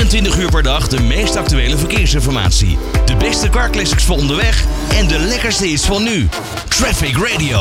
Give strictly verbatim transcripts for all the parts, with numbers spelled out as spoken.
vierentwintig uur per dag de meest actuele verkeersinformatie. De beste carclassics voor onderweg en de lekkerste hits van nu. Traffic Radio.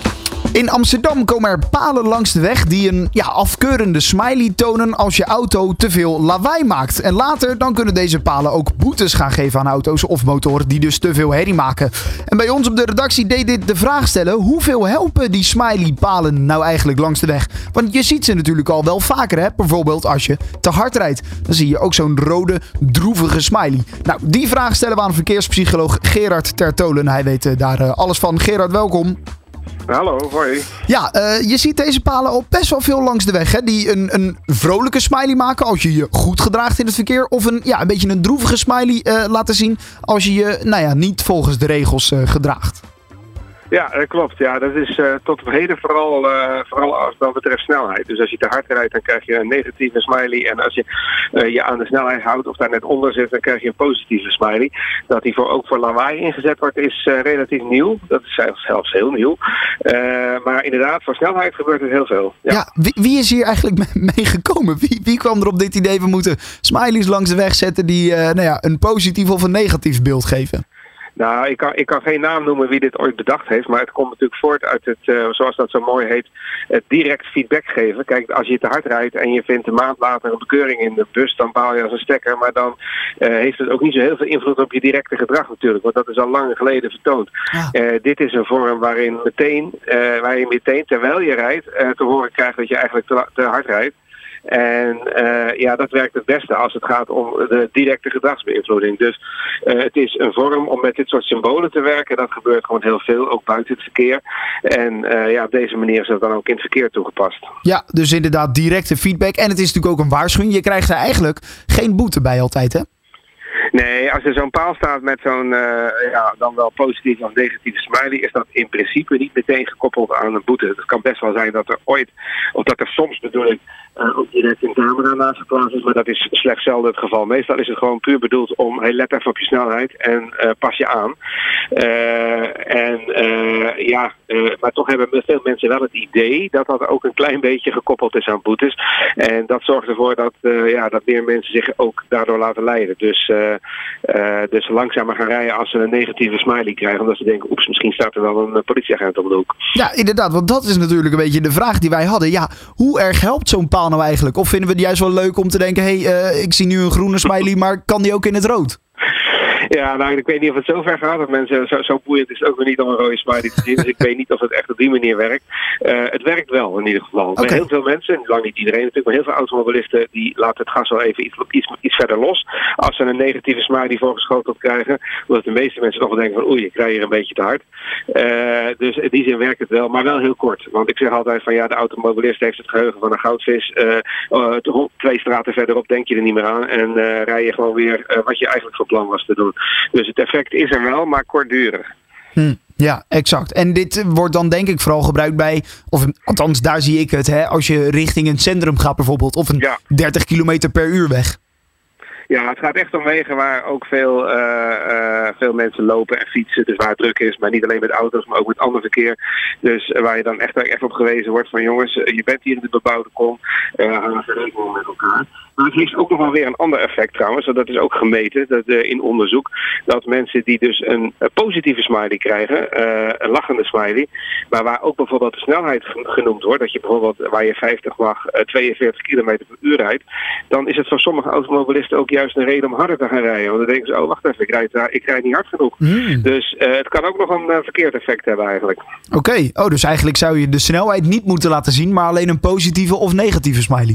In Amsterdam komen er palen langs de weg die een ja, afkeurende smiley tonen als je auto te veel lawaai maakt. En later dan kunnen deze palen ook boetes gaan geven aan auto's of motoren die dus te veel herrie maken. En bij ons op de redactie deed dit de vraag stellen: hoeveel helpen die smiley palen nou eigenlijk langs de weg? Want je ziet ze natuurlijk al wel vaker, hè? Bijvoorbeeld als je te hard rijdt. Dan zie je ook zo'n rode, droevige smiley. Nou, die vraag stellen we aan verkeerspsycholoog Gerard Tertolen. Hij weet uh, daar uh, alles van. Gerard, welkom. Hallo, hoi. Ja, uh, je ziet deze palen al best wel veel langs de weg, hè? Die een, een vrolijke smiley maken als je je goed gedraagt in het verkeer. Of een, ja, een beetje een droevige smiley uh, laten zien als je je nou ja, niet volgens de regels uh, gedraagt. Ja, dat klopt. Ja, dat is uh, tot op heden vooral, uh, vooral als dat betreft snelheid. Dus als je te hard rijdt, dan krijg je een negatieve smiley. En als je uh, je aan de snelheid houdt of daar net onder zit, dan krijg je een positieve smiley. Dat die voor, ook voor lawaai ingezet wordt, is uh, relatief nieuw. Dat is zelfs heel nieuw. Uh, maar inderdaad, voor snelheid gebeurt het heel veel. Ja, ja wie, wie is hier eigenlijk mee gekomen? Wie, wie kwam er op dit idee? We moeten smileys langs de weg zetten die uh, nou ja, een positief of een negatief beeld geven. Nou, ik kan, ik kan geen naam noemen wie dit ooit bedacht heeft, maar het komt natuurlijk voort uit het, uh, zoals dat zo mooi heet, het direct feedback geven. Kijk, als je te hard rijdt en je vindt een maand later een bekeuring in de bus, dan baal je als een stekker, maar dan uh, heeft het ook niet zo heel veel invloed op je directe gedrag natuurlijk, want dat is al lang geleden vertoond. Ja. Uh, dit is een vorm waarin meteen, uh, waar je meteen, terwijl je rijdt, uh, te horen krijgt dat je eigenlijk te, te hard rijdt. En uh, ja, dat werkt het beste als het gaat om de directe gedragsbeïnvloeding. Dus uh, het is een vorm om met dit soort symbolen te werken. Dat gebeurt gewoon heel veel, ook buiten het verkeer. En uh, ja, op deze manier is dat dan ook in het verkeer toegepast. Ja, dus inderdaad directe feedback. En het is natuurlijk ook een waarschuwing. Je krijgt er eigenlijk geen boete bij altijd, hè? Nee, als er zo'n paal staat met zo'n uh, ja, dan wel positieve of negatieve smiley, is dat in principe niet meteen gekoppeld aan een boete. Het kan best wel zijn dat er ooit, of dat er soms bedoel ik, uh, ook direct een camera naast geplaatst is, maar dat is slechts zelden het geval. Meestal is het gewoon puur bedoeld om, hey, let even op je snelheid en uh, pas je aan. Uh, en uh, ja, uh, maar toch hebben veel mensen wel het idee dat dat ook een klein beetje gekoppeld is aan boetes. En dat zorgt ervoor dat, uh, ja, dat meer mensen zich ook daardoor laten leiden. Dus uh, Uh, dus langzamer gaan rijden als ze een negatieve smiley krijgen. Omdat ze denken, oeps, misschien staat er wel een uh, politieagent op de hoek. Ja, inderdaad. Want dat is natuurlijk een beetje de vraag die wij hadden. Ja, hoe erg helpt zo'n paal nou eigenlijk? Of vinden we het juist wel leuk om te denken, hé, hey, uh, ik zie nu een groene smiley, maar kan die ook in het rood? Ja, nou, ik weet niet of het zo ver gaat. Dat mensen, zo, zo boeiend is het ook weer niet om een rode smiley te zien. Dus ik weet niet of het echt op die manier werkt. Uh, het werkt wel in ieder geval. Okay. Bij heel veel mensen, lang niet iedereen natuurlijk, maar heel veel automobilisten die laten het gas wel even iets, iets, iets verder los. Als ze een negatieve smiley voorgeschoteld krijgen. Omdat de meeste mensen toch wel denken van oei, ik rij hier een beetje te hard. Uh, dus in die zin werkt het wel, maar wel heel kort. Want ik zeg altijd van ja, de automobilist heeft het geheugen van een goudvis. Uh, uh, twee straten verderop denk je er niet meer aan. En uh, rij je gewoon weer uh, wat je eigenlijk van plan was te doen. Dus het effect is er wel, maar kortdurig. Hm, ja, exact. En dit wordt dan denk ik vooral gebruikt bij, of althans daar zie ik het, hè, als je richting een centrum gaat bijvoorbeeld, of een ja. dertig kilometer per uur weg. Ja, het gaat echt om wegen waar ook veel, uh, uh, veel mensen lopen en fietsen. Dus waar het druk is, maar niet alleen met auto's, maar ook met ander verkeer. Dus uh, waar je dan echt, echt op gewezen wordt van jongens, uh, je bent hier in de bebouwde kom, uh, hou even rekening met elkaar. Maar het heeft ook nog wel weer een ander effect trouwens. Dat is ook gemeten dat, uh, in onderzoek. Dat mensen die dus een, een positieve smiley krijgen, uh, een lachende smiley. Maar waar ook bijvoorbeeld de snelheid genoemd wordt. Dat je bijvoorbeeld waar je vijftig mag, uh, tweeënveertig kilometer per uur rijdt. Dan is het voor sommige automobilisten ook juist een reden om harder te gaan rijden. Want dan denken ze, oh wacht even, ik rijd, ik rijd niet hard genoeg. Mm. Dus uh, het kan ook nog een uh, verkeerd effect hebben eigenlijk. Oké, okay. Oh, dus eigenlijk zou je de snelheid niet moeten laten zien, maar alleen een positieve of negatieve smiley.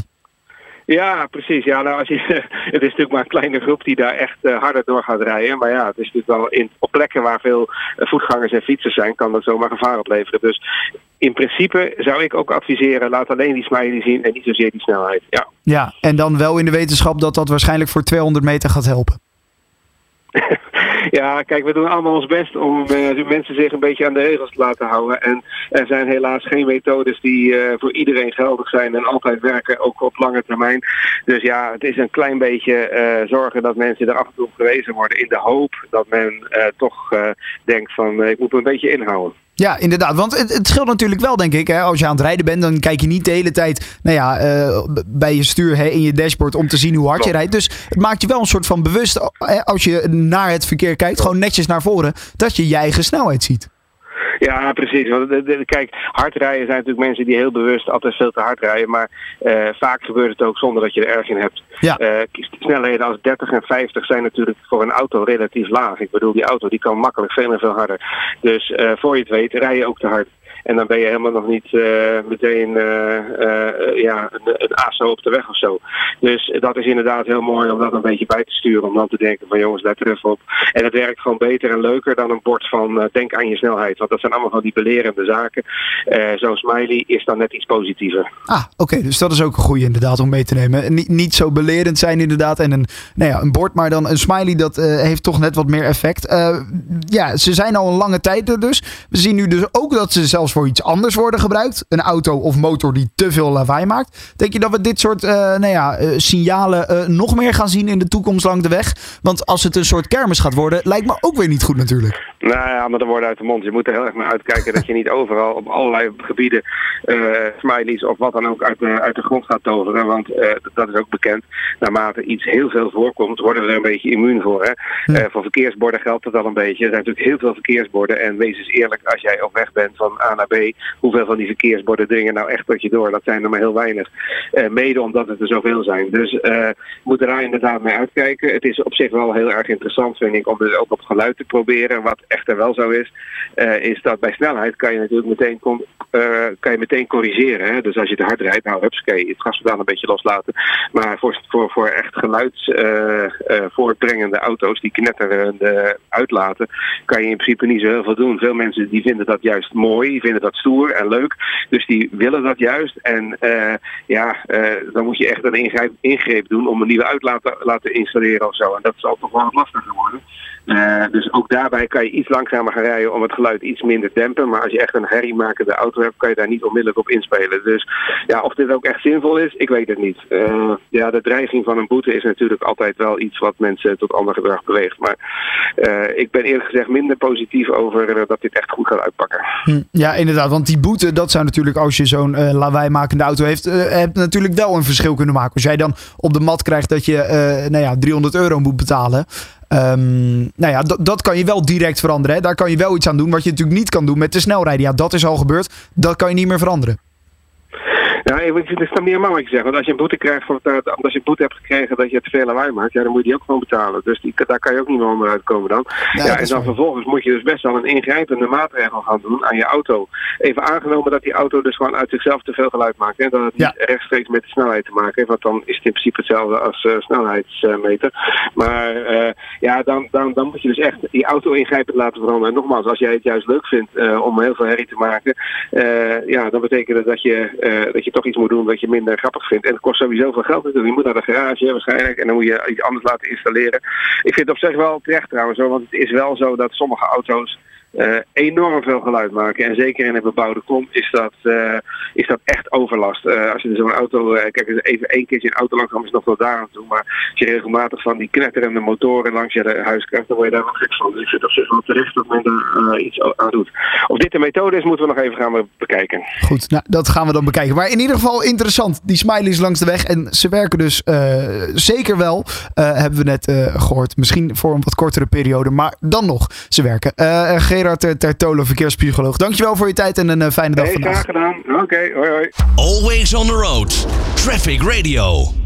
Ja, precies. Ja, nou, als je, het is natuurlijk maar een kleine groep die daar echt uh, harder door gaat rijden. Maar ja, het is natuurlijk wel in, op plekken waar veel uh, voetgangers en fietsers zijn, kan dat zomaar gevaar opleveren. Dus in principe zou ik ook adviseren, laat alleen die smiley zien en niet zozeer die snelheid. Ja, ja, en dan wel in de wetenschap dat dat waarschijnlijk voor tweehonderd meter gaat helpen. Ja, kijk, we doen allemaal ons best om uh, mensen zich een beetje aan de regels te laten houden. En er zijn helaas geen methodes die uh, voor iedereen geldig zijn en altijd werken, ook op lange termijn. Dus ja, het is een klein beetje uh, zorgen dat mensen er af en toe op gewezen worden in de hoop dat men uh, toch uh, denkt van uh, ik moet me een beetje inhouden. Ja, inderdaad. Want het, het scheelt natuurlijk wel, denk ik. Hè? Als je aan het rijden bent, dan kijk je niet de hele tijd nou ja, uh, bij je stuur hè, in je dashboard om te zien hoe hard Klopt. je rijdt. Dus het maakt je wel een soort van bewust, hè, als je naar het verkeer kijkt, gewoon netjes naar voren, dat je je eigen snelheid ziet. Ja, precies. Want de, de, kijk, hard rijden zijn natuurlijk mensen die heel bewust altijd veel te hard rijden. Maar uh, vaak gebeurt het ook zonder dat je er erg in hebt. Ja. Uh, snelheden als dertig en vijftig zijn natuurlijk voor een auto relatief laag. Ik bedoel, die auto die kan makkelijk veel en veel harder. Dus uh, voor je het weet, rij je ook te hard. En dan ben je helemaal nog niet uh, meteen uh, uh, ja, een, een A S O op de weg of zo. Dus dat is inderdaad heel mooi om dat een beetje bij te sturen. Om dan te denken van jongens, let er even op. En het werkt gewoon beter en leuker dan een bord van uh, denk aan je snelheid. Want dat zijn allemaal van die belerende zaken. Uh, Zo'n smiley is dan net iets positiever. Ah, oké. Okay, dus dat is ook een goede inderdaad om mee te nemen. Niet, niet zo belerend zijn inderdaad. En een, nou ja, een bord, maar dan een smiley dat uh, heeft toch net wat meer effect. Uh, ja, ze zijn al een lange tijd er dus. We zien nu dus ook dat ze zelfs voor iets anders worden gebruikt. Een auto of motor die te veel lawaai maakt. Denk je dat we dit soort uh, nou ja, uh, signalen uh, nog meer gaan zien in de toekomst langs de weg? Want als het een soort kermis gaat worden, lijkt me ook weer niet goed natuurlijk. Nou ja, maar de woorden uit de mond. Je moet er heel erg naar uitkijken dat je niet overal op allerlei gebieden uh, smileys of wat dan ook uit de, uit de grond gaat toveren. Want uh, dat is ook bekend. Naarmate iets heel veel voorkomt, worden we er een beetje immuun voor. Hè? Hm. Uh, voor verkeersborden geldt dat al een beetje. Er zijn natuurlijk heel veel verkeersborden. En wees eens eerlijk, als jij op weg bent van A naar B, hoeveel van die verkeersborden dringen nou echt tot je door? Dat zijn er maar heel weinig. Uh, mede omdat het er zoveel zijn. Dus uh, we moeten daar inderdaad mee uitkijken. Het is op zich wel heel erg interessant, vind ik, om het ook op geluid te proberen. Wat echter wel zo is, uh, is dat bij snelheid kan je natuurlijk meteen, com- uh, kan je meteen corrigeren. Hè? Dus als je te hard rijdt, nou hupsakee, het gaspedaal een beetje loslaten. Maar voor, voor, voor echt geluids uh, uh, voortbrengende auto's die knetteren uh, uitlaten, kan je in principe niet zo heel veel doen. Veel mensen die vinden dat juist mooi, die vinden dat stoer en leuk. Dus die willen dat juist. En uh, ja, uh, dan moet je echt een ingreep, ingreep doen om een nieuwe uitlaat te laten installeren of zo. En dat zal toch wel wat lastiger worden. Uh, dus ook daarbij kan je iets langzamer gaan rijden om het geluid iets minder te dempen. Maar als je echt een herriemakende auto hebt, kan je daar niet onmiddellijk op inspelen. Dus ja, of dit ook echt zinvol is, ik weet het niet. Uh, ja, de dreiging van een boete is natuurlijk altijd wel iets wat mensen tot ander gedrag beweegt. Maar uh, ik ben eerlijk gezegd minder positief over uh, dat dit echt goed gaat uitpakken. Ja, inderdaad. Want die boete, dat zou natuurlijk, als je zo'n uh, lawaaimakende auto heeft, uh, hebt natuurlijk wel een verschil kunnen maken. Als jij dan op de mat krijgt dat je uh, nou ja, driehonderd euro moet betalen. Um, nou ja, d- dat kan je wel direct veranderen. Hè? Daar kan je wel iets aan doen wat je natuurlijk niet kan doen met de snelrijden. Ja, dat is al gebeurd. Dat kan je niet meer veranderen. Ja, ik vind het meer wat je zegt. Want als je een boete krijgt, voor het, als je een boete hebt gekregen dat je te veel lawaai maakt, ja, dan moet je die ook gewoon betalen. Dus die, daar kan je ook niet meer onderuit komen dan. Ja, ja, en dan vervolgens moet je dus best wel een ingrijpende maatregel gaan doen aan je auto. Even aangenomen dat die auto dus gewoon uit zichzelf te veel geluid maakt. Hè, dat het ja. niet rechtstreeks met de snelheid te maken heeft. Want dan is het in principe hetzelfde als uh, snelheidsmeter. Maar uh, ja, dan, dan, dan moet je dus echt die auto ingrijpend laten veranderen. En nogmaals, als jij het juist leuk vindt uh, om heel veel herrie te maken, uh, ja, dan betekent het dat je, uh, dat je toch iets moet doen wat je minder grappig vindt. En het kost sowieso veel geld natuurlijk. Je moet naar de garage waarschijnlijk en dan moet je iets anders laten installeren. Ik vind het op zich wel terecht trouwens, want het is wel zo dat sommige auto's Uh, enorm veel geluid maken. En zeker in een bebouwde kom is dat, uh, is dat echt overlast. Uh, als je er zo'n auto, uh, kijk even één keertje een auto langs is nog wel daar aan toe. Maar als je regelmatig van die knetterende motoren langs je huis krijgt, dan word je daar wel gek van. Dus ik vind het op zich wel terecht dat men daar uh, iets aan doet. Of dit de methode is, moeten we nog even gaan bekijken. Goed, nou dat gaan we dan bekijken. Maar in ieder geval interessant, die smileys langs de weg. En ze werken dus uh, zeker wel, uh, hebben we net uh, gehoord. Misschien voor een wat kortere periode, maar dan nog, ze werken. Uh, Gerard Tertolo, verkeerspsycholoog. Dankjewel voor je tijd en een uh, fijne dag hey, vandaag. Graag gedaan. Oké, okay, hoi hoi. Always on the road. Traffic Radio.